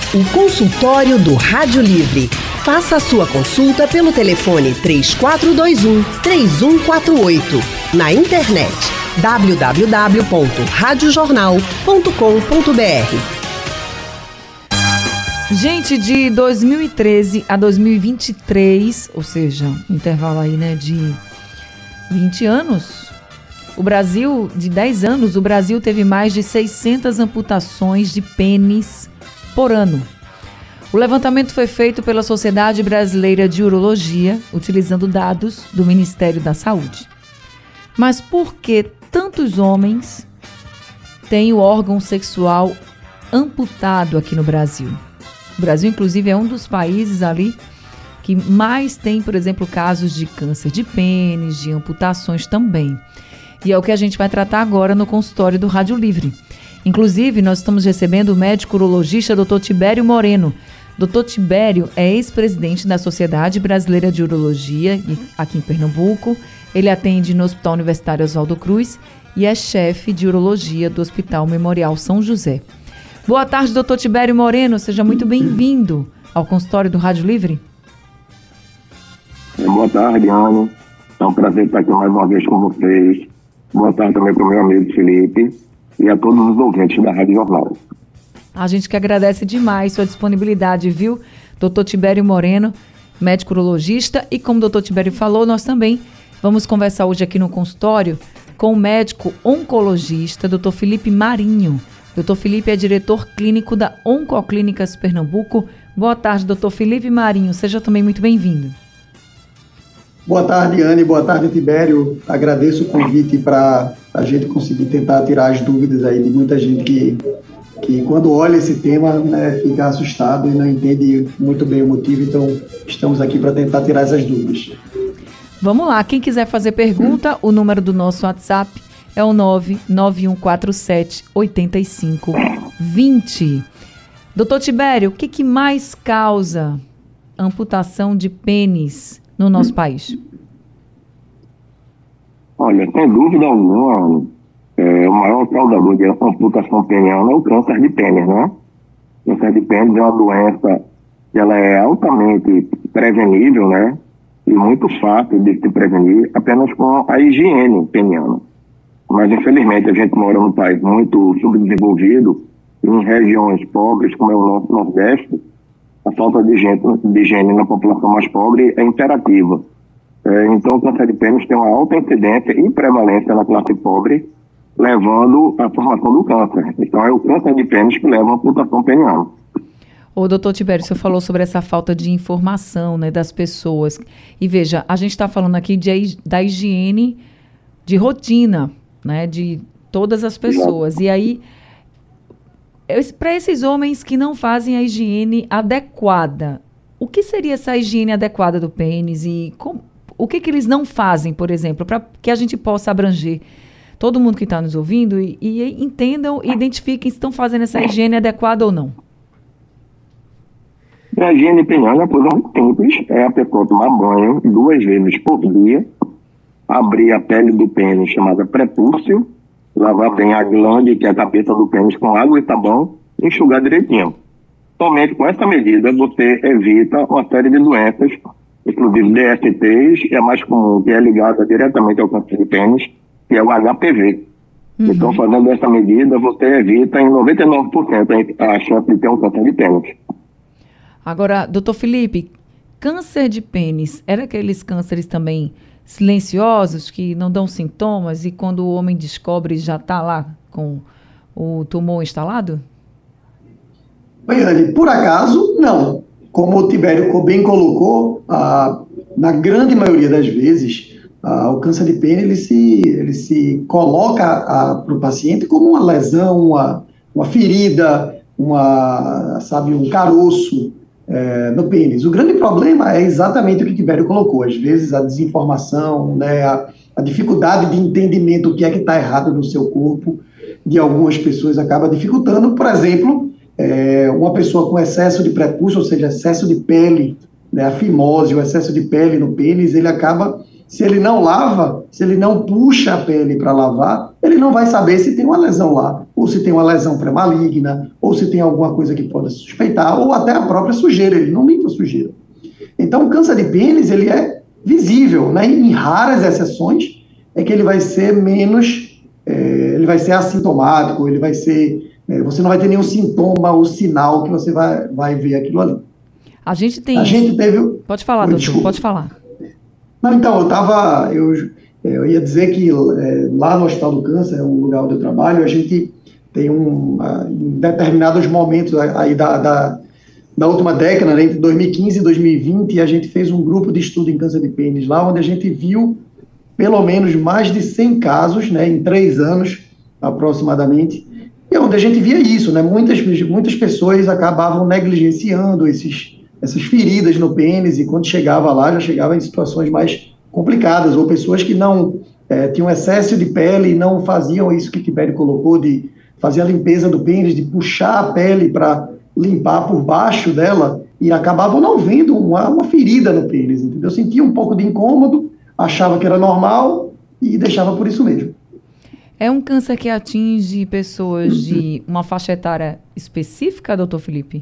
O consultório do Rádio Livre. Faça a sua consulta pelo telefone 3421-3148. Na internet www.radiojornal.com.br. Gente, de 2013 a 2023, ou seja, um intervalo aí, né, de 20 anos, o Brasil, de 10 anos, o Brasil teve mais de 600 amputações de pênis por ano. O levantamento foi feito pela Sociedade Brasileira de Urologia, utilizando dados do Ministério da Saúde. Mas por que tantos homens têm o órgão sexual amputado aqui no Brasil? O Brasil, inclusive, é um dos países ali que mais tem, por exemplo, casos de câncer de pênis, de amputações também. E é o que a gente vai tratar agora no consultório do Rádio Livre. Inclusive, nós estamos recebendo o médico urologista Dr. Tibério Moreno. Dr. Tibério é ex-presidente da Sociedade Brasileira de Urologia, aqui em Pernambuco. Ele atende no Hospital Universitário Oswaldo Cruz e é chefe de urologia do Hospital Memorial São José. Boa tarde, Dr. Tibério Moreno. Seja muito bem-vindo ao consultório do Rádio Livre. Boa tarde, Ana. É um prazer estar aqui mais uma vez com vocês. Boa tarde também para o meu amigo Felipe e a todos os ouvintes da Rádio Jornal. A gente que agradece demais sua disponibilidade, viu? Dr. Tibério Moreno, médico urologista. E como o Dr. Tibério falou, nós também vamos conversar hoje aqui no consultório com o médico oncologista, Dr. Felipe Marinho. Dr. Felipe é diretor clínico da Oncoclínicas Pernambuco. Boa tarde, Dr. Felipe Marinho. Seja também muito bem-vindo. Boa tarde, Anne. Boa tarde, Tibério. Agradeço o convite para a gente conseguir tentar tirar as dúvidas aí de muita gente que quando olha esse tema, né, fica assustado e não entende muito bem o motivo. Então, estamos aqui para tentar tirar essas dúvidas. Vamos lá. Quem quiser fazer pergunta, o número do nosso WhatsApp é o 99147-8520. Doutor Tibério, o que mais causa amputação de pênis no nosso país? Olha, sem dúvida alguma, o maior causador de amputação peniana é o câncer de pênis, né? O câncer de pênis é uma doença que ela é altamente prevenível, né? E muito fácil de se prevenir apenas com a higiene peniana. Mas, infelizmente, a gente mora num país muito subdesenvolvido, em regiões pobres, como é o nosso Nordeste, a falta de higiene na população mais pobre é imperativa. Então, o câncer de pênis tem uma alta incidência e prevalência na classe pobre, levando à formação do câncer. Então, é o câncer de pênis que leva à amputação peniana. Ô, doutor Tibério, você falou sobre essa falta de informação, né, das pessoas. E veja, a gente está falando aqui da higiene de rotina, né, de todas as pessoas. E aí, para esses homens que não fazem a higiene adequada, o que seria essa higiene adequada do pênis e o que eles não fazem, por exemplo, para que a gente possa abranger todo mundo que está nos ouvindo e entendam e identifiquem se estão fazendo essa higiene adequada ou não? A higiene peniana é uma coisa muito simples, é a pessoa tomar banho 2 vezes por dia, abrir a pele do pênis, chamada prepúcio, lavar bem a glande, que é a cabeça do pênis, com água e sabão, e enxugar direitinho. Somente com essa medida você evita uma série de doenças, inclusive DSTs, que é a mais comum, que é ligada diretamente ao câncer de pênis, que é o HPV. Uhum. Então, fazendo essa medida, você evita em 99% a chance de ter um câncer de pênis. Agora, doutor Felipe, câncer de pênis, era aqueles cânceres também silenciosos, que não dão sintomas e quando o homem descobre já está lá com o tumor instalado? Oi, Anne, por acaso, não. Como o Tibério bem colocou, na grande maioria das vezes, o câncer de pênis ele se coloca para o paciente como uma lesão, uma ferida, um caroço no pênis. O grande problema é exatamente o que o Tibério colocou. Às vezes a desinformação, né, a dificuldade de entendimento do que é que está errado no seu corpo de algumas pessoas acaba dificultando. Por exemplo, uma pessoa com excesso de prepúcio, ou seja, excesso de pele, né, a fimose, o excesso de pele no pênis, ele acaba, se ele não lava, se ele não puxa a pele para lavar, ele não vai saber se tem uma lesão lá, ou se tem uma lesão pré-maligna, ou ou se tem alguma coisa que pode suspeitar, ou até a própria sujeira, ele não limpa a sujeira. Então, o câncer de pênis, ele é visível, né? Em raras exceções é que ele vai ser menos, ele vai ser assintomático, ele vai ser, você não vai ter nenhum sintoma ou sinal que você vai ver aquilo ali. A gente teve... Pode falar, doutor, desculpa. Pode falar. Não, então, eu ia dizer que lá no Hospital do Câncer, um lugar onde eu trabalho, a gente tem em determinados momentos aí da última década, né, entre 2015 e 2020, a gente fez um grupo de estudo em câncer de pênis lá, onde a gente viu pelo menos mais de 100 casos, né, em 3 anos aproximadamente, e onde a gente via isso, né, muitas pessoas acabavam negligenciando essas feridas no pênis, e quando chegava lá, já chegava em situações mais complicadas, ou pessoas que não tinham excesso de pele e não faziam isso que o Tibério colocou, de fazer a limpeza do pênis, de puxar a pele para limpar por baixo dela, e acabavam não vendo uma ferida no pênis, entendeu? Sentia um pouco de incômodo, achava que era normal e deixava por isso mesmo. É um câncer que atinge pessoas de uma faixa etária específica, doutor Felipe?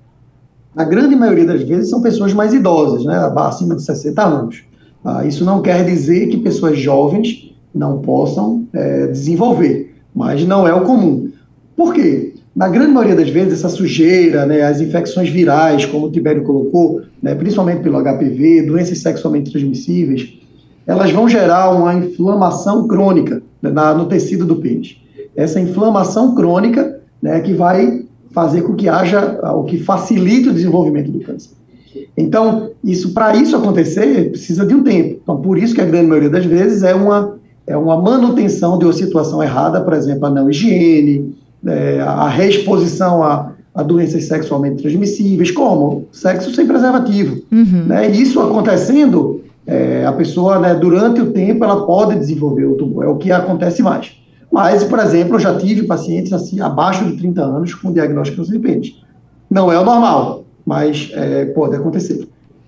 A grande maioria das vezes são pessoas mais idosas, né, acima de 60 anos. Isso não quer dizer que pessoas jovens não possam desenvolver, mas não é o comum. Por quê? Na grande maioria das vezes, essa sujeira, né, as infecções virais, como o Tibério colocou, né, principalmente pelo HPV, doenças sexualmente transmissíveis, elas vão gerar uma inflamação crônica, né, no tecido do pênis. Essa inflamação crônica, né, que vai fazer com que haja o que facilite o desenvolvimento do câncer. Então, para isso acontecer, precisa de um tempo. Então, por isso que a grande maioria das vezes é uma manutenção de uma situação errada, por exemplo, a não higiene, a reexposição a doenças sexualmente transmissíveis, como sexo sem preservativo. Uhum. Né? E isso acontecendo, a pessoa, né, durante o tempo, ela pode desenvolver o tumor, é o que acontece mais. Mas, por exemplo, eu já tive pacientes assim, abaixo de 30 anos com diagnóstico de câncer de pênis. Não é o normal, mas pode acontecer.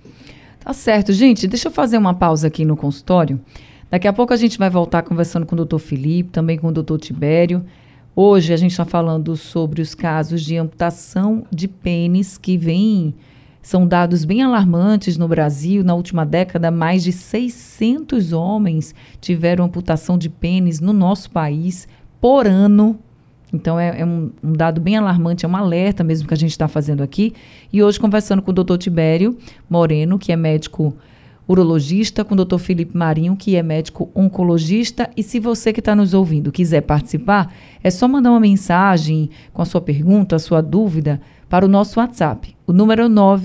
Tá certo. Gente, deixa eu fazer uma pausa aqui no consultório. Daqui a pouco a gente vai voltar conversando com o doutor Felipe, também com o doutor Tibério. Hoje a gente está falando sobre os casos de amputação de pênis que são dados bem alarmantes no Brasil. Na última década, mais de 600 homens tiveram amputação de pênis no nosso país por ano. Então, é um dado bem alarmante, é um alerta mesmo que a gente está fazendo aqui. E hoje, conversando com o doutor Tibério Moreno, que é médico urologista, com o doutor Felipe Marinho, que é médico oncologista. E se você que está nos ouvindo quiser participar, é só mandar uma mensagem com a sua pergunta, a sua dúvida, para o nosso WhatsApp. O número é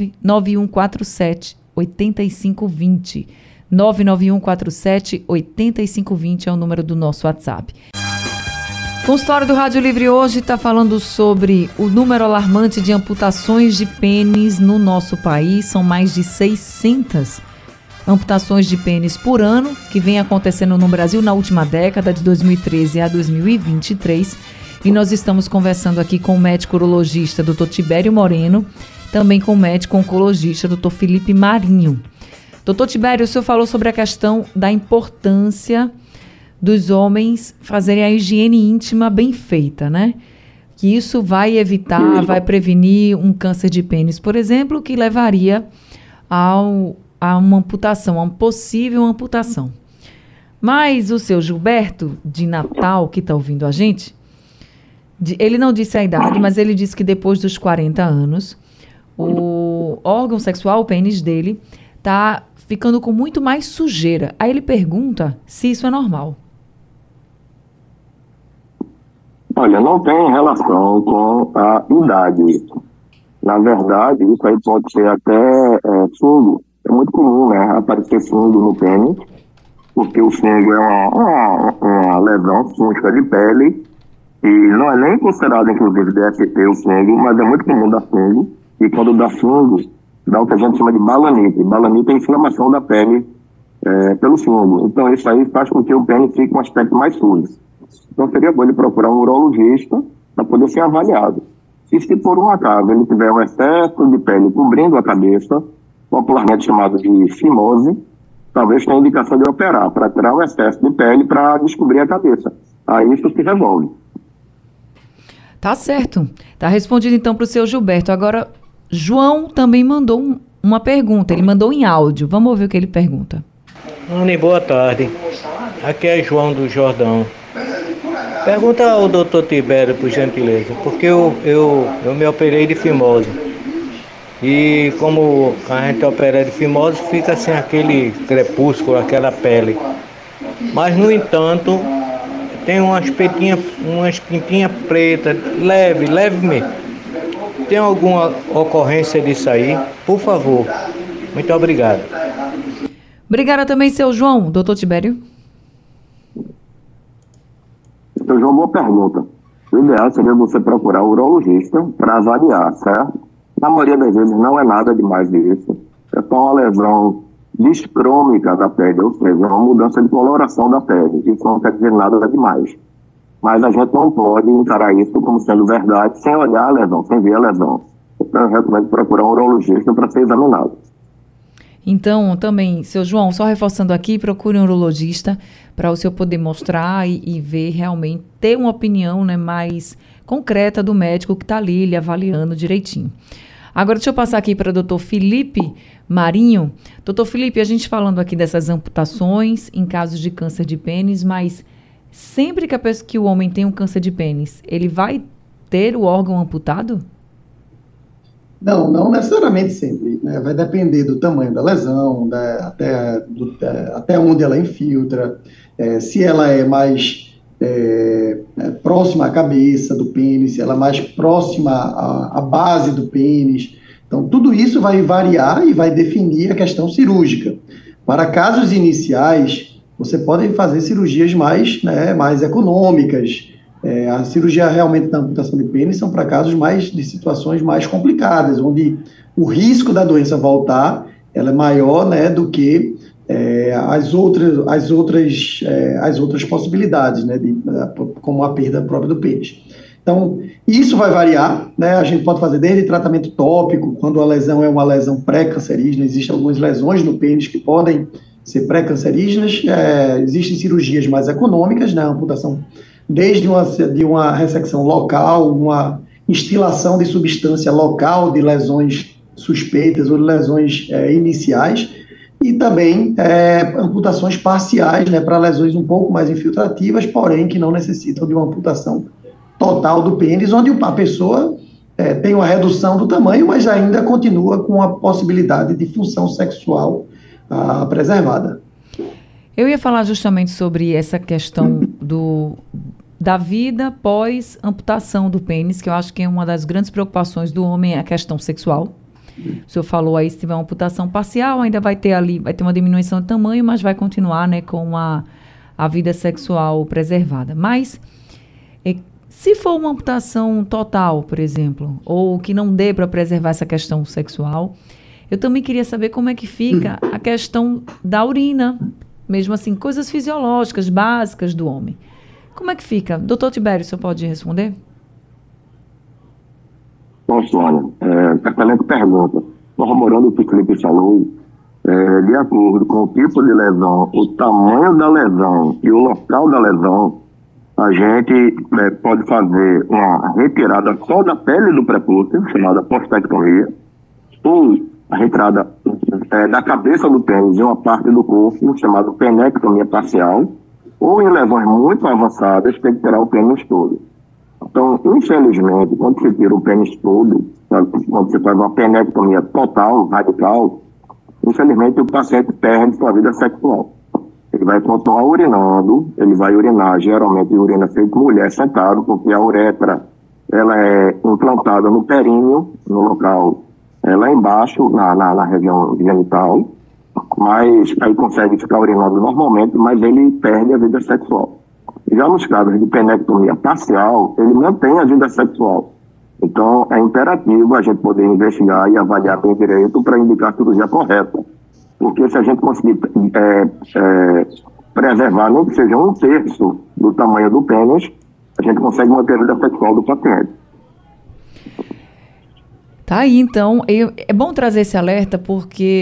99147-8520. 99147-8520 é o número do nosso WhatsApp. O consultório do Rádio Livre hoje está falando sobre o número alarmante de amputações de pênis no nosso país. São mais de 600 amputações de pênis por ano que vem acontecendo no Brasil na última década, de 2013 a 2023. E nós estamos conversando aqui com o médico urologista, Dr. Tibério Moreno, também com o médico oncologista, Dr. Felipe Marinho. Dr. Tibério, o senhor falou sobre a questão da importância dos homens fazerem a higiene íntima bem feita, né? Que isso vai evitar, vai prevenir um câncer de pênis, por exemplo, que levaria a uma amputação, a uma possível amputação. Mas o seu Gilberto, de Natal, que está ouvindo a gente, ele não disse a idade, mas ele disse que depois dos 40 anos, o órgão sexual, o pênis dele, está ficando com muito mais sujeira. Aí ele pergunta se isso é normal. Olha, não tem relação com a idade. Na verdade, isso aí pode ser até fungo. É muito comum, né, aparecer fungo no pênis, porque o fungo é uma lesão fúngica de pele, e não é nem considerado, inclusive, DST o fungo, mas é muito comum dar fungo, e quando dá fungo, dá o que a gente chama de balanite. Balanite é a inflamação da pele pelo fungo. Então, isso aí faz com que o pênis fique com um aspecto mais sujo. Então, seria bom ele procurar um urologista para poder ser avaliado. E se por um acaso ele tiver um excesso de pele cobrindo a cabeça, popularmente chamado de fimose, talvez tenha indicação de operar para tirar o excesso de pele para descobrir a cabeça. Aí isso se resolve. Tá certo. Tá respondido então para o seu Gilberto. Agora, João também mandou uma pergunta. Ele mandou em áudio. Vamos ouvir o que ele pergunta. Anny, boa tarde. Aqui é João do Jordão. Pergunta ao Dr. Tibério, por gentileza, porque eu me operei de fimose. E como a gente opera de fimose, fica assim aquele crepúsculo, aquela pele. Mas, no entanto, tem umas pintinhas pretas, levemente. Tem alguma ocorrência disso aí? Por favor. Muito obrigado. Obrigada também, seu João. Doutor Tibério? Seu João, boa pergunta. O ideal seria você procurar o urologista para avaliar, certo? Na maioria das vezes não é nada demais disso. É só uma lesão discrômica da pele, ou seja, uma mudança de coloração da pele. Isso não quer dizer nada demais. Mas a gente não pode encarar isso como sendo verdade sem olhar a lesão, sem ver a lesão. Então eu recomendo procurar um urologista para ser examinado. Então, também, seu João, só reforçando aqui, procure um urologista para o senhor poder mostrar e ver realmente, ter uma opinião, né, mais concreta do médico que está ali, ele avaliando direitinho. Agora, deixa eu passar aqui para o doutor Felipe Marinho. Doutor Felipe, a gente falando aqui dessas amputações em casos de câncer de pênis, mas sempre que o homem tem um câncer de pênis, ele vai ter o órgão amputado? Não necessariamente sempre, né? Vai depender do tamanho da lesão, até onde ela infiltra, se ela é mais próxima à cabeça do pênis, se ela é mais próxima à base do pênis. Então, tudo isso vai variar e vai definir a questão cirúrgica. Para casos iniciais, você pode fazer cirurgias mais econômicas. A cirurgia realmente da amputação de pênis são para casos de situações mais complicadas, onde o risco da doença voltar ela é maior, né, do que as outras possibilidades, né, como a perda própria do pênis. Então, isso vai variar, né? A gente pode fazer desde tratamento tópico, quando a lesão é uma lesão pré-cancerígena, existem algumas lesões no pênis que podem ser pré-cancerígenas, existem cirurgias mais econômicas, né, a amputação desde uma ressecção local, uma instilação de substância local de lesões suspeitas ou de lesões iniciais, e também amputações parciais, né, para lesões um pouco mais infiltrativas, porém que não necessitam de uma amputação total do pênis, onde a pessoa tem uma redução do tamanho, mas ainda continua com a possibilidade de função sexual preservada. Eu ia falar justamente sobre essa questão da vida pós amputação do pênis, que eu acho que é uma das grandes preocupações do homem, a questão sexual. O senhor falou aí, se tiver uma amputação parcial, ainda vai ter uma diminuição de tamanho, mas vai continuar, né, com a vida sexual preservada. Mas, se for uma amputação total, por exemplo, ou que não dê para preservar essa questão sexual, eu também queria saber como é que fica a questão da urina, mesmo assim, coisas fisiológicas, básicas do homem. Como é que fica? Doutor Tibério, o senhor pode responder? Bom, Sônia, excelente pergunta. Corroborando o que o Felipe falou, de acordo com o tipo de lesão, o tamanho da lesão e o local da lesão, a gente pode fazer uma retirada só da pele do prepúcio, chamada postectomia, ou a retirada da cabeça do pênis e uma parte do corpo, chamada penectomia parcial, ou em lesões muito avançadas, tem que tirar o pênis todo. Então, infelizmente, quando você tira o pênis todo, quando você faz uma penectomia total, radical, infelizmente o paciente perde sua vida sexual. Ele vai continuar urinando, ele vai urinar, geralmente urina feito mulher sentado, porque a uretra ela é implantada no períneo, no local lá embaixo, na região genital, mas aí consegue ficar urinando normalmente, mas ele perde a vida sexual. Já nos casos de penectomia parcial, ele mantém a vida sexual. Então, é imperativo a gente poder investigar e avaliar bem direito para indicar a cirurgia correta. Porque se a gente conseguir preservar nem que seja 1/3 do tamanho do pênis, a gente consegue manter a vida sexual do paciente. Tá aí, então. É bom trazer esse alerta porque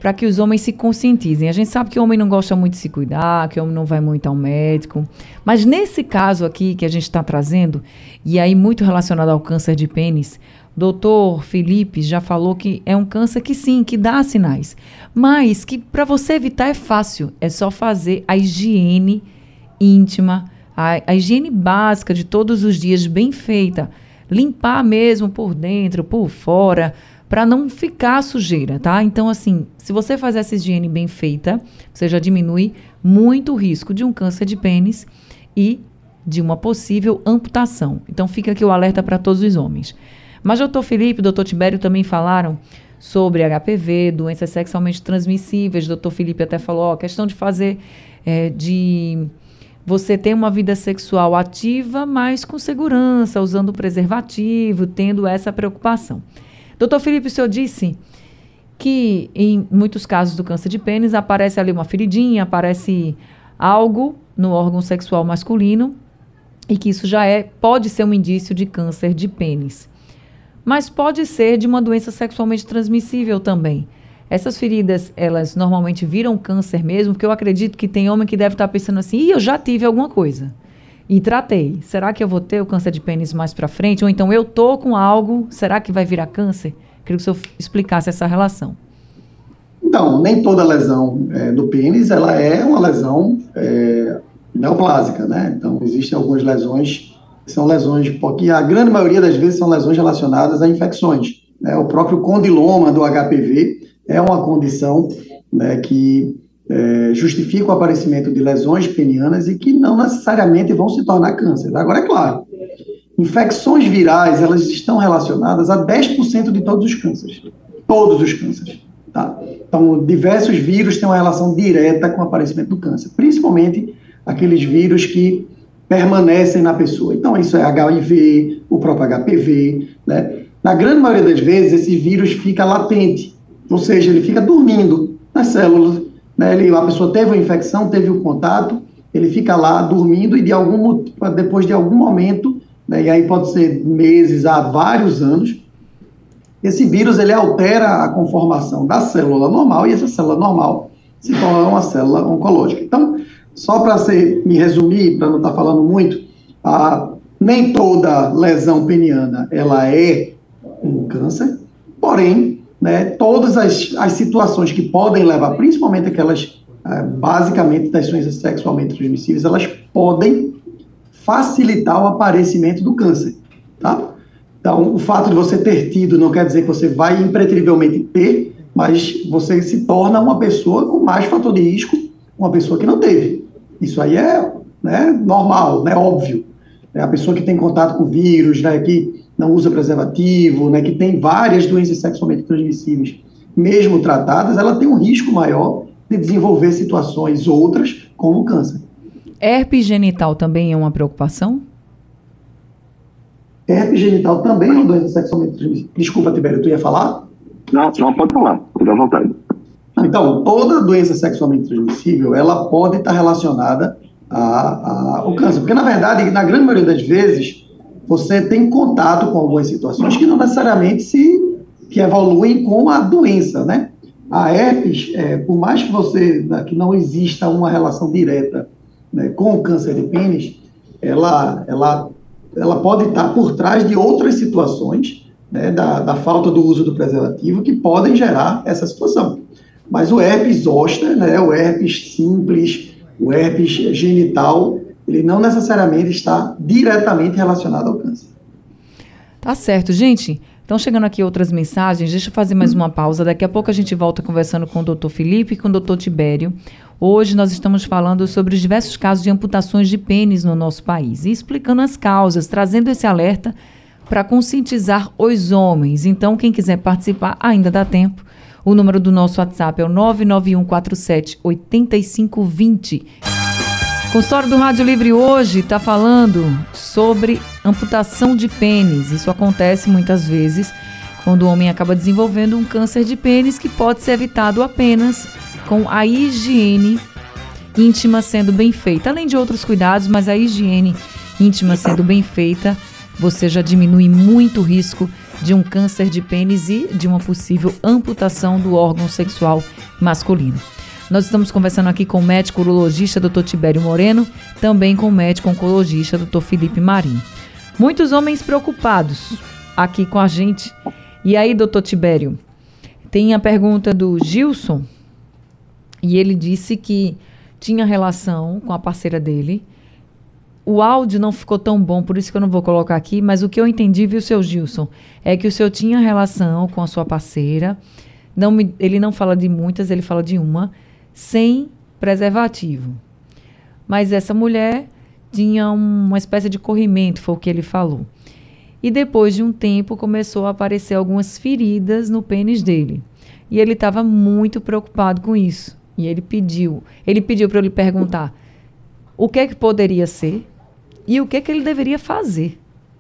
para que os homens se conscientizem. A gente sabe que o homem não gosta muito de se cuidar, que o homem não vai muito ao médico, mas nesse caso aqui que a gente está trazendo, e aí muito relacionado ao câncer de pênis, doutor Felipe já falou que é um câncer que sim, que dá sinais, mas que para você evitar é fácil, é só fazer a higiene íntima, a higiene básica de todos os dias bem feita, limpar mesmo por dentro, por fora, para não ficar sujeira, tá? Então, assim, se você faz essa higiene bem feita, você já diminui muito o risco de um câncer de pênis e de uma possível amputação. Então, fica aqui o alerta para todos os homens. Mas o doutor Felipe e o doutor Tibério também falaram sobre HPV, doenças sexualmente transmissíveis. O doutor Felipe até falou, a questão de fazer, de você ter uma vida sexual ativa, mas com segurança, usando preservativo, tendo essa preocupação. Doutor Felipe, o senhor disse que em muitos casos do câncer de pênis aparece ali uma feridinha, aparece algo no órgão sexual masculino e que isso já pode ser um indício de câncer de pênis. Mas pode ser de uma doença sexualmente transmissível também. Essas feridas, elas normalmente viram câncer mesmo, porque eu acredito que tem homem que deve estar pensando assim, eu já tive alguma coisa e tratei. Será que eu vou ter o câncer de pênis mais para frente? Ou então eu tô com algo, será que vai virar câncer? Queria que o senhor explicasse essa relação. Então, nem toda lesão do pênis, ela é uma lesão neoplásica, né? Então, existem algumas lesões são lesões, porque a grande maioria das vezes são lesões relacionadas a infecções, né? O próprio condiloma do HPV é uma condição, né, que justifica o aparecimento de lesões penianas e que não necessariamente vão se tornar câncer. Agora, é claro, infecções virais, elas estão relacionadas a 10% de todos os cânceres. Todos os cânceres. Tá? Então, diversos vírus têm uma relação direta com o aparecimento do câncer, principalmente aqueles vírus que permanecem na pessoa. Então, isso é HIV, o próprio HPV, né? Na grande maioria das vezes, esse vírus fica latente, ou seja, ele fica dormindo nas células, né? A pessoa teve uma infecção, teve o contato, ele fica lá dormindo e depois de algum momento, né, e aí pode ser meses a vários anos, esse vírus ele altera a conformação da célula normal e essa célula normal se torna uma célula oncológica. Então, só para me resumir, para não estar falando muito, nem toda lesão peniana ela é um câncer, porém, né, todas as situações que podem levar, principalmente aquelas basicamente das doenças sexualmente transmissíveis, elas podem facilitar o aparecimento do câncer, tá? Então, o fato de você ter tido não quer dizer que você vai impreterivelmente ter, mas você se torna uma pessoa com mais fator de risco, uma pessoa que não teve. Isso aí é, né, normal, né, óbvio. A pessoa que tem contato com vírus, né, que não usa preservativo, né, que tem várias doenças sexualmente transmissíveis, mesmo tratadas, ela tem um risco maior de desenvolver situações outras, como o câncer. Herpes genital também é uma preocupação? Herpes genital também é uma doença sexualmente transmissível. Desculpa, Tibério, tu ia falar? Não, pode falar, fique à vontade. Então, toda doença sexualmente transmissível, ela pode estar relacionada ao câncer. Porque, na verdade, na grande maioria das vezes, você tem contato com algumas situações que não necessariamente que evoluem com a doença, né? A herpes, por mais que não exista uma relação direta, né, com o câncer de pênis, ela pode estar por trás de outras situações, né, da falta do uso do preservativo que podem gerar essa situação. Mas o herpes zoster, né, o herpes simples, o herpes genital, ele não necessariamente está diretamente relacionado ao câncer. Tá certo, gente. Estão chegando aqui outras mensagens. Deixa eu fazer mais uma pausa. Daqui a pouco a gente volta conversando com o doutor Felipe e com o doutor Tibério. Hoje nós estamos falando sobre os diversos casos de amputações de pênis no nosso país e explicando as causas, trazendo esse alerta para conscientizar os homens. Então, quem quiser participar, ainda dá tempo. O número do nosso WhatsApp é o 991478520. O consultório do Rádio Livre hoje está falando sobre amputação de pênis. Isso acontece muitas vezes quando o homem acaba desenvolvendo um câncer de pênis que pode ser evitado apenas com a higiene íntima sendo bem feita. Além de outros cuidados, mas a higiene íntima sendo bem feita, você já diminui muito o risco de um câncer de pênis e de uma possível amputação do órgão sexual masculino. Nós estamos conversando aqui com o médico urologista Dr. Tibério Moreno, também com o médico oncologista Dr. Felipe Marinho. Muitos homens preocupados aqui com a gente. E aí, Dr. Tibério, tem a pergunta do Gilson, e ele disse que tinha relação com a parceira dele. O áudio não ficou tão bom, por isso que eu não vou colocar aqui, mas o que eu entendi, viu, seu Gilson, é que o senhor tinha relação com a sua parceira, ele não fala de muitas, ele fala de uma, sem preservativo. Mas essa mulher tinha uma espécie de corrimento, foi o que ele falou. E depois de um tempo começou a aparecer algumas feridas no pênis dele. E ele estava muito preocupado com isso. E ele pediu para eu lhe perguntar o que é que poderia ser e o que é que ele deveria fazer.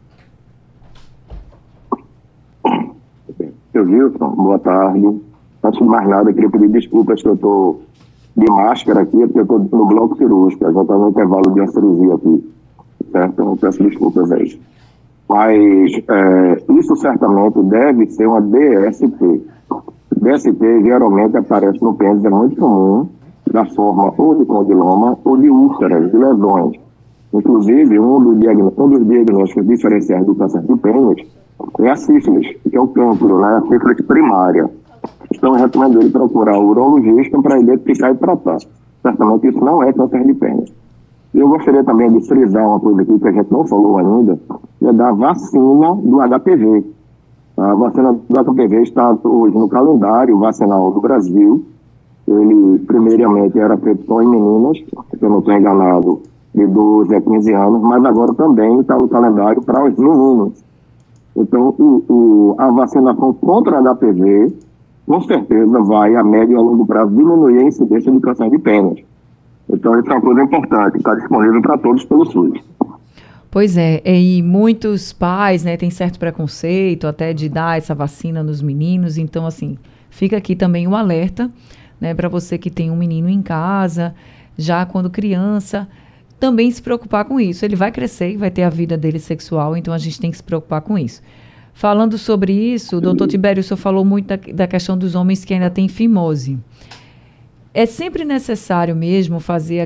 Seu Wilson, boa tarde. Antes de mais nada, eu queria pedir desculpas que eu estou de máscara aqui, porque eu estou no bloco cirúrgico. Já está no intervalo de uma cirurgia aqui. Certo? Então, peço desculpas aí. Mas isso certamente deve ser uma DST. DST geralmente aparece no pênis, é muito comum, da forma ou de condiloma ou de úlceras, de lesões. Inclusive, um dos diagnósticos diferenciais do câncer de pênis é a sífilis, que é o cancro, né? A sífilis primária. Então, eu recomendo ele procurar o urologista para identificar e tratar. Certamente isso não é câncer de pênis. Eu gostaria também de frisar uma coisa aqui que a gente não falou ainda, que é da vacina do HPV. A vacina do HPV está hoje no calendário vacinal do Brasil. Ele, primeiramente, era feito só em meninas, se eu não estou enganado, de 12 a 15 anos, mas agora também está no calendário para os meninos. Então, a vacinação contra a HPV, com certeza, vai, a médio e a longo prazo, diminuir a incidência de câncer de pênis. Então, isso é uma coisa importante, está disponível para todos pelo SUS. Pois é, e muitos pais, né, têm certo preconceito até de dar essa vacina nos meninos, então, assim, fica aqui também o alerta, né, para você que tem um menino em casa, já quando criança, também se preocupar com isso. Ele vai crescer e vai ter a vida dele sexual, então a gente tem que se preocupar com isso. Falando sobre isso, o doutor Tibério, o senhor falou muito da questão dos homens que ainda têm fimose. É sempre necessário mesmo fazer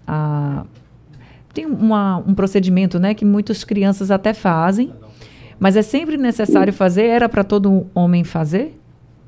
tem um procedimento, né, que muitas crianças até fazem, mas é sempre necessário fazer? Era para todo homem fazer?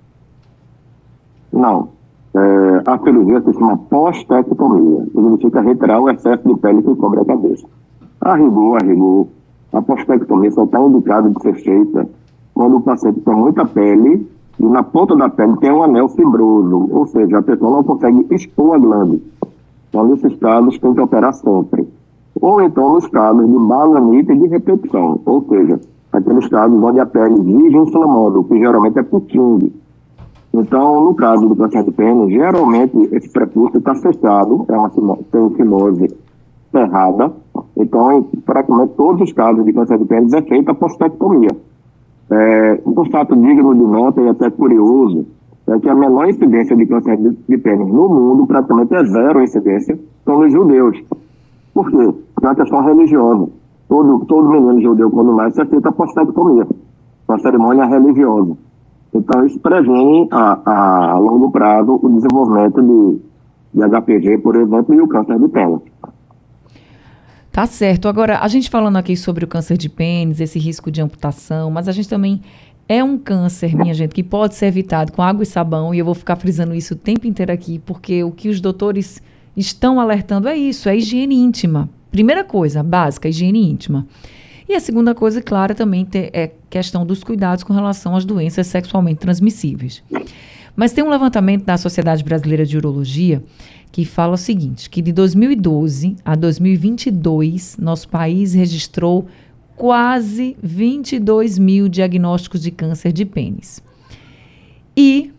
Não. A cirurgia se chama postectomia. Significa retirar o excesso de pele que cobre a cabeça. A rigor, a postectomia só está indicada de ser feita quando o paciente tem muita pele e na ponta da pele tem um anel fibroso, ou seja, a pessoa não consegue expor a glândula. Então, nesses casos, tem que operar sempre. Ou então nos casos de balanite e de repetição, ou seja, aqueles casos onde a pele vive inflamando, que geralmente é putinho. Então, no caso do câncer de pênis, geralmente esse prepúcio está fechado, tem fimose cerrada. Então, em praticamente todos os casos de câncer de pênis é feita a postectomia. Um fato digno de nota e até curioso é que a menor incidência de câncer de pênis no mundo, praticamente é zero incidência, são nos judeus. Por quê? É uma questão religiosa. Todo menino judeu, quando nasce, é feita a postectomia, uma cerimônia religiosa. Então, isso previne a longo prazo o desenvolvimento de HPV, por exemplo, e o câncer de pênis. Tá certo. Agora, a gente falando aqui sobre o câncer de pênis, esse risco de amputação, mas a gente também é um câncer, minha gente, que pode ser evitado com água e sabão, e eu vou ficar frisando isso o tempo inteiro aqui, porque o que os doutores estão alertando é isso, é higiene íntima. Primeira coisa, básica, higiene íntima. E a segunda coisa, claro, também é questão dos cuidados com relação às doenças sexualmente transmissíveis. Mas tem um levantamento da Sociedade Brasileira de Urologia que fala o seguinte, que de 2012 a 2022, nosso país registrou quase 22 mil diagnósticos de câncer de pênis. E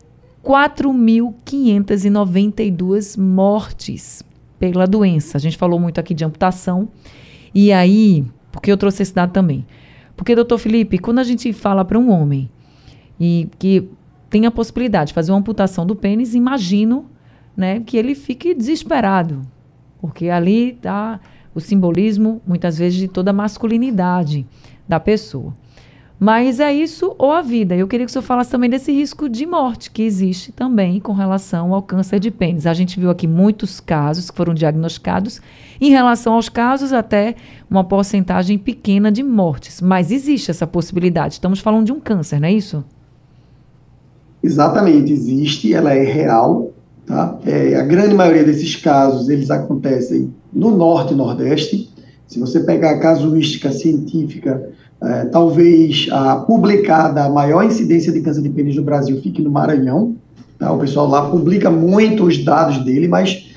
4.592 mortes pela doença. A gente falou muito aqui de amputação. E aí, por que eu trouxe esse dado também? Porque, doutor Felipe, quando a gente fala para um homem e que tem a possibilidade de fazer uma amputação do pênis, imagino, né, que ele fique desesperado. Porque ali está o simbolismo, muitas vezes, de toda a masculinidade da pessoa. Mas é isso ou a vida? Eu queria que o senhor falasse também desse risco de morte que existe também com relação ao câncer de pênis. A gente viu aqui muitos casos que foram diagnosticados, em relação aos casos até uma porcentagem pequena de mortes. Mas existe essa possibilidade. Estamos falando de um câncer, não é isso? Exatamente, existe, ela é real. Tá? A grande maioria desses casos, eles acontecem no Norte e Nordeste. Se você pegar a casuística científica, talvez a publicada, a maior incidência de câncer de pênis no Brasil fique no Maranhão. Tá? O pessoal lá publica muito os dados dele, mas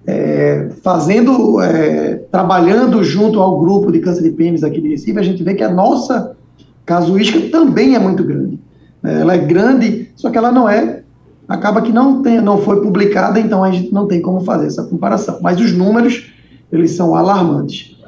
trabalhando junto ao grupo de câncer de pênis aqui de Recife, a gente vê que a nossa casuística também é muito grande. Ela é grande, só que ela acaba que não foi publicada, então a gente não tem como fazer essa comparação. Mas os números, eles são alarmantes.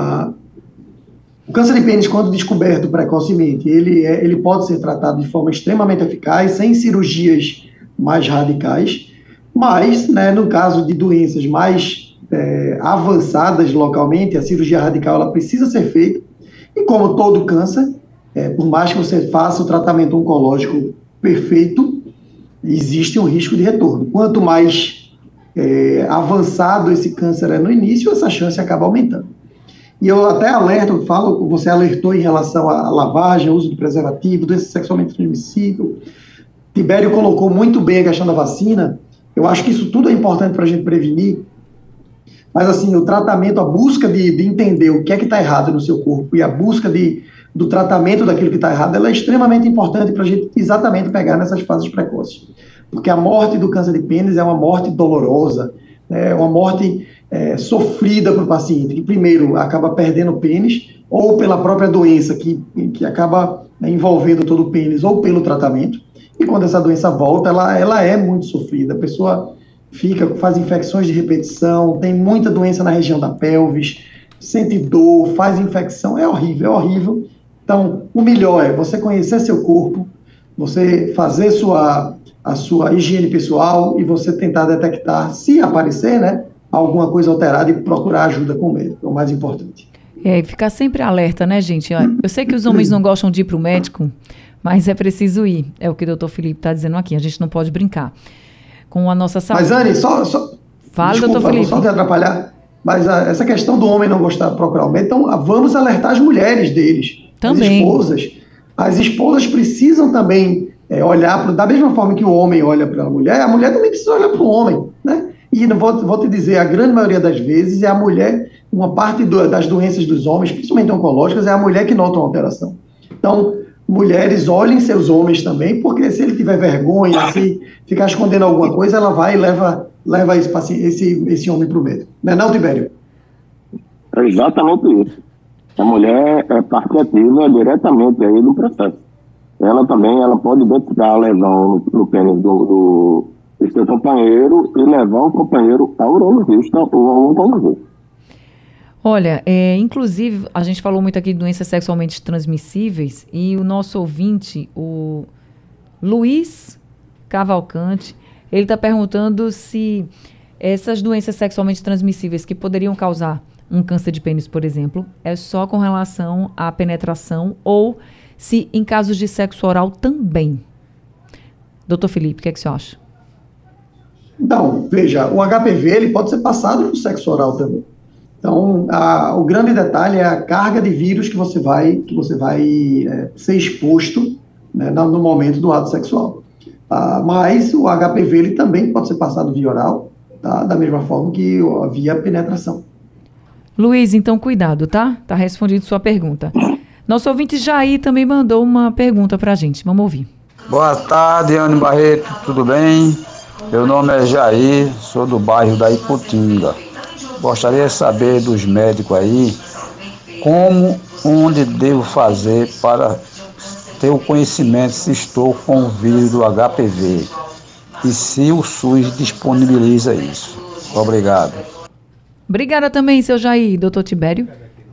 O câncer de pênis, quando descoberto precocemente, ele pode ser tratado de forma extremamente eficaz, sem cirurgias mais radicais, mas, no caso de doenças mais avançadas localmente, a cirurgia radical ela precisa ser feita, e como todo câncer, por mais que você faça o tratamento oncológico perfeito, existe um risco de retorno. Quanto mais avançado esse câncer é no início, essa chance acaba aumentando. E eu até alerto, você alertou em relação à lavagem, uso de preservativo, doença sexualmente transmissível. Tibério colocou muito bem a questão da vacina. Eu acho que isso tudo é importante para a gente prevenir. Mas, assim, o tratamento, a busca de entender o que é que está errado no seu corpo e a busca do tratamento daquilo que está errado, ela é extremamente importante para a gente exatamente pegar nessas fases precoces. Porque a morte do câncer de pênis é uma morte dolorosa, é uma morte sofrida para o paciente, que primeiro acaba perdendo o pênis, ou pela própria doença que acaba envolvendo todo o pênis, ou pelo tratamento. E quando essa doença volta, ela é muito sofrida. A pessoa faz infecções de repetição, tem muita doença na região da pelvis, sente dor, faz infecção, é horrível, é horrível. Então, o melhor é você conhecer seu corpo, você fazer a sua higiene pessoal e você tentar detectar, se aparecer, alguma coisa alterada e procurar ajuda com o médico, é o mais importante. Ficar sempre alerta, né, gente? Eu sei que os homens não gostam de ir para o médico, mas é preciso ir. É o que o doutor Felipe está dizendo aqui. A gente não pode brincar com a nossa saúde. Mas, Anny, só Fala, desculpa, doutor Felipe. Só te atrapalhar, mas essa questão do homem não gostar de procurar o médico, então vamos alertar as mulheres deles, também. As esposas precisam também olhar, da mesma forma que o homem olha para a mulher também precisa olhar para o homem, né? E vou te dizer, a grande maioria das vezes é a mulher, uma parte das doenças dos homens, principalmente oncológicas, é a mulher que nota uma alteração. Então, mulheres, olhem seus homens também, porque se ele tiver vergonha, se ficar escondendo alguma coisa, ela vai e leva esse homem para o médico. Não, Tibério? É exatamente isso. A mulher é parte ativa diretamente aí do processo. Ela pode identificar a lesão no pênis do seu companheiro e levar o companheiro ao urologista ou ao oncologista. Olha, inclusive, a gente falou muito aqui de doenças sexualmente transmissíveis e o nosso ouvinte, o Luiz Cavalcante, ele está perguntando se essas doenças sexualmente transmissíveis que poderiam causar um câncer de pênis, por exemplo, é só com relação à penetração ou se em casos de sexo oral também. Doutor Felipe, o que é que você acha? Então, veja, o HPV ele pode ser passado no sexo oral também. Então, o grande detalhe é a carga de vírus que você vai ser exposto, no momento do ato sexual. Mas o HPV ele também pode ser passado via oral, tá? Da mesma forma que via penetração. Luiz, então cuidado, tá? Tá respondido sua pergunta. Nosso ouvinte Jair também mandou uma pergunta pra gente. Vamos ouvir. Boa tarde, Anny Barreto, tudo bem? Meu nome é Jair, sou do bairro da Iputinga. Gostaria de saber dos médicos aí onde devo fazer para ter o conhecimento se estou com o vírus do HPV e se o SUS disponibiliza isso. Obrigado. Obrigada também, seu Jair. Doutor Tibério?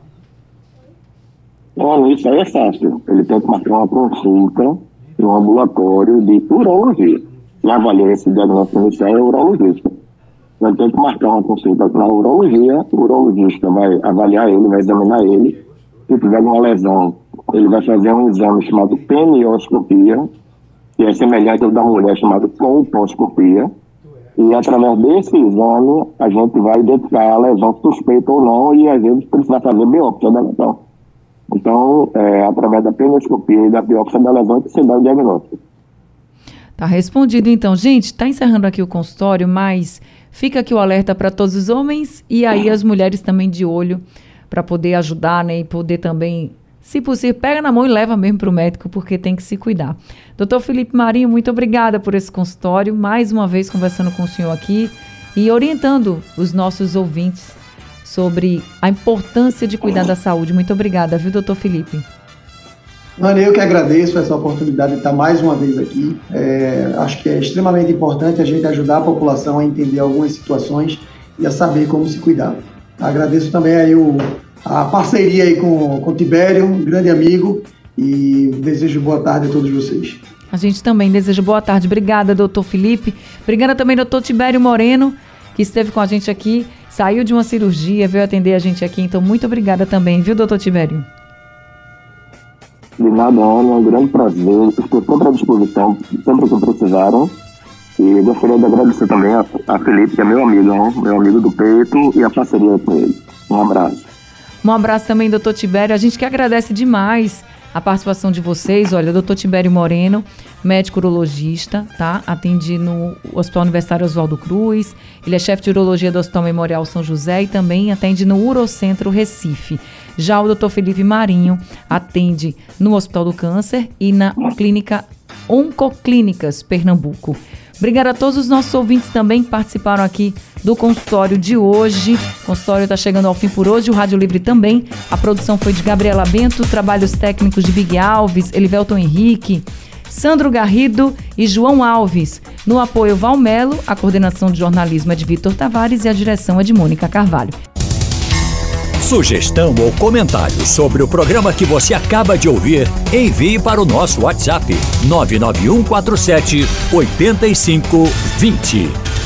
Bom, isso aí é fácil. Ele tem que marcar uma consulta no ambulatório de urologia. Quem avalia esse diagnóstico inicial é o urologista. Ele tem que marcar uma consulta na urologia, o urologista vai avaliar ele, vai examinar ele. Se tiver uma lesão ele vai fazer um exame chamado penioscopia, que é semelhante ao da mulher, chamado colposcopia. E através desse exame, a gente vai identificar a lesão suspeita ou não, e às vezes precisa fazer biópsia da lesão. Então, através da penioscopia e da biópsia da lesão, que se dá o diagnóstico. Tá respondido, então. Gente, está encerrando aqui o consultório, mas fica aqui o alerta para todos os homens e aí as mulheres também de olho para poder ajudar, né? E poder também, se possível, pega na mão e leva mesmo para o médico, porque tem que se cuidar. Dr. Felipe Marinho, muito obrigada por esse consultório, mais uma vez conversando com o senhor aqui e orientando os nossos ouvintes sobre a importância de cuidar da saúde. Muito obrigada, viu, doutor Felipe? Mano, eu que agradeço essa oportunidade de estar mais uma vez aqui. Acho que é extremamente importante a gente ajudar a população a entender algumas situações e a saber como se cuidar. Agradeço também aí a parceria aí com o Tibério, um grande amigo, e desejo boa tarde a todos vocês. A gente também deseja boa tarde. Obrigada, doutor Felipe. Obrigada também, doutor Tibério Moreno, que esteve com a gente aqui, saiu de uma cirurgia, veio atender a gente aqui. Então, muito obrigada também, viu, doutor Tibério? De nada, Ana, é um grande prazer. Estou sempre à disposição, sempre que precisaram. E gostaria de agradecer também a Felipe, que é meu amigo do peito, e a parceria com ele. Um abraço. Um abraço também, doutor Tibério. A gente que agradece demais a participação de vocês. Olha, doutor Tibério Moreno, médico urologista, tá? Atende no Hospital Universitário Oswaldo Cruz. Ele é chefe de urologia do Hospital Memorial São José e também atende no Urocentro Recife. Já o doutor Felipe Marinho atende no Hospital do Câncer e na clínica Oncoclínicas, Pernambuco. Obrigada a todos os nossos ouvintes também que participaram aqui do consultório de hoje. O consultório está chegando ao fim por hoje, o Rádio Livre também. A produção foi de Gabriela Bento, trabalhos técnicos de Big Alves, Elivelton Henrique, Sandro Garrido e João Alves. No apoio Valmelo, a coordenação de jornalismo é de Vitor Tavares e a direção é de Mônica Carvalho. Sugestão ou comentário sobre o programa que você acaba de ouvir, envie para o nosso WhatsApp 99147 8520.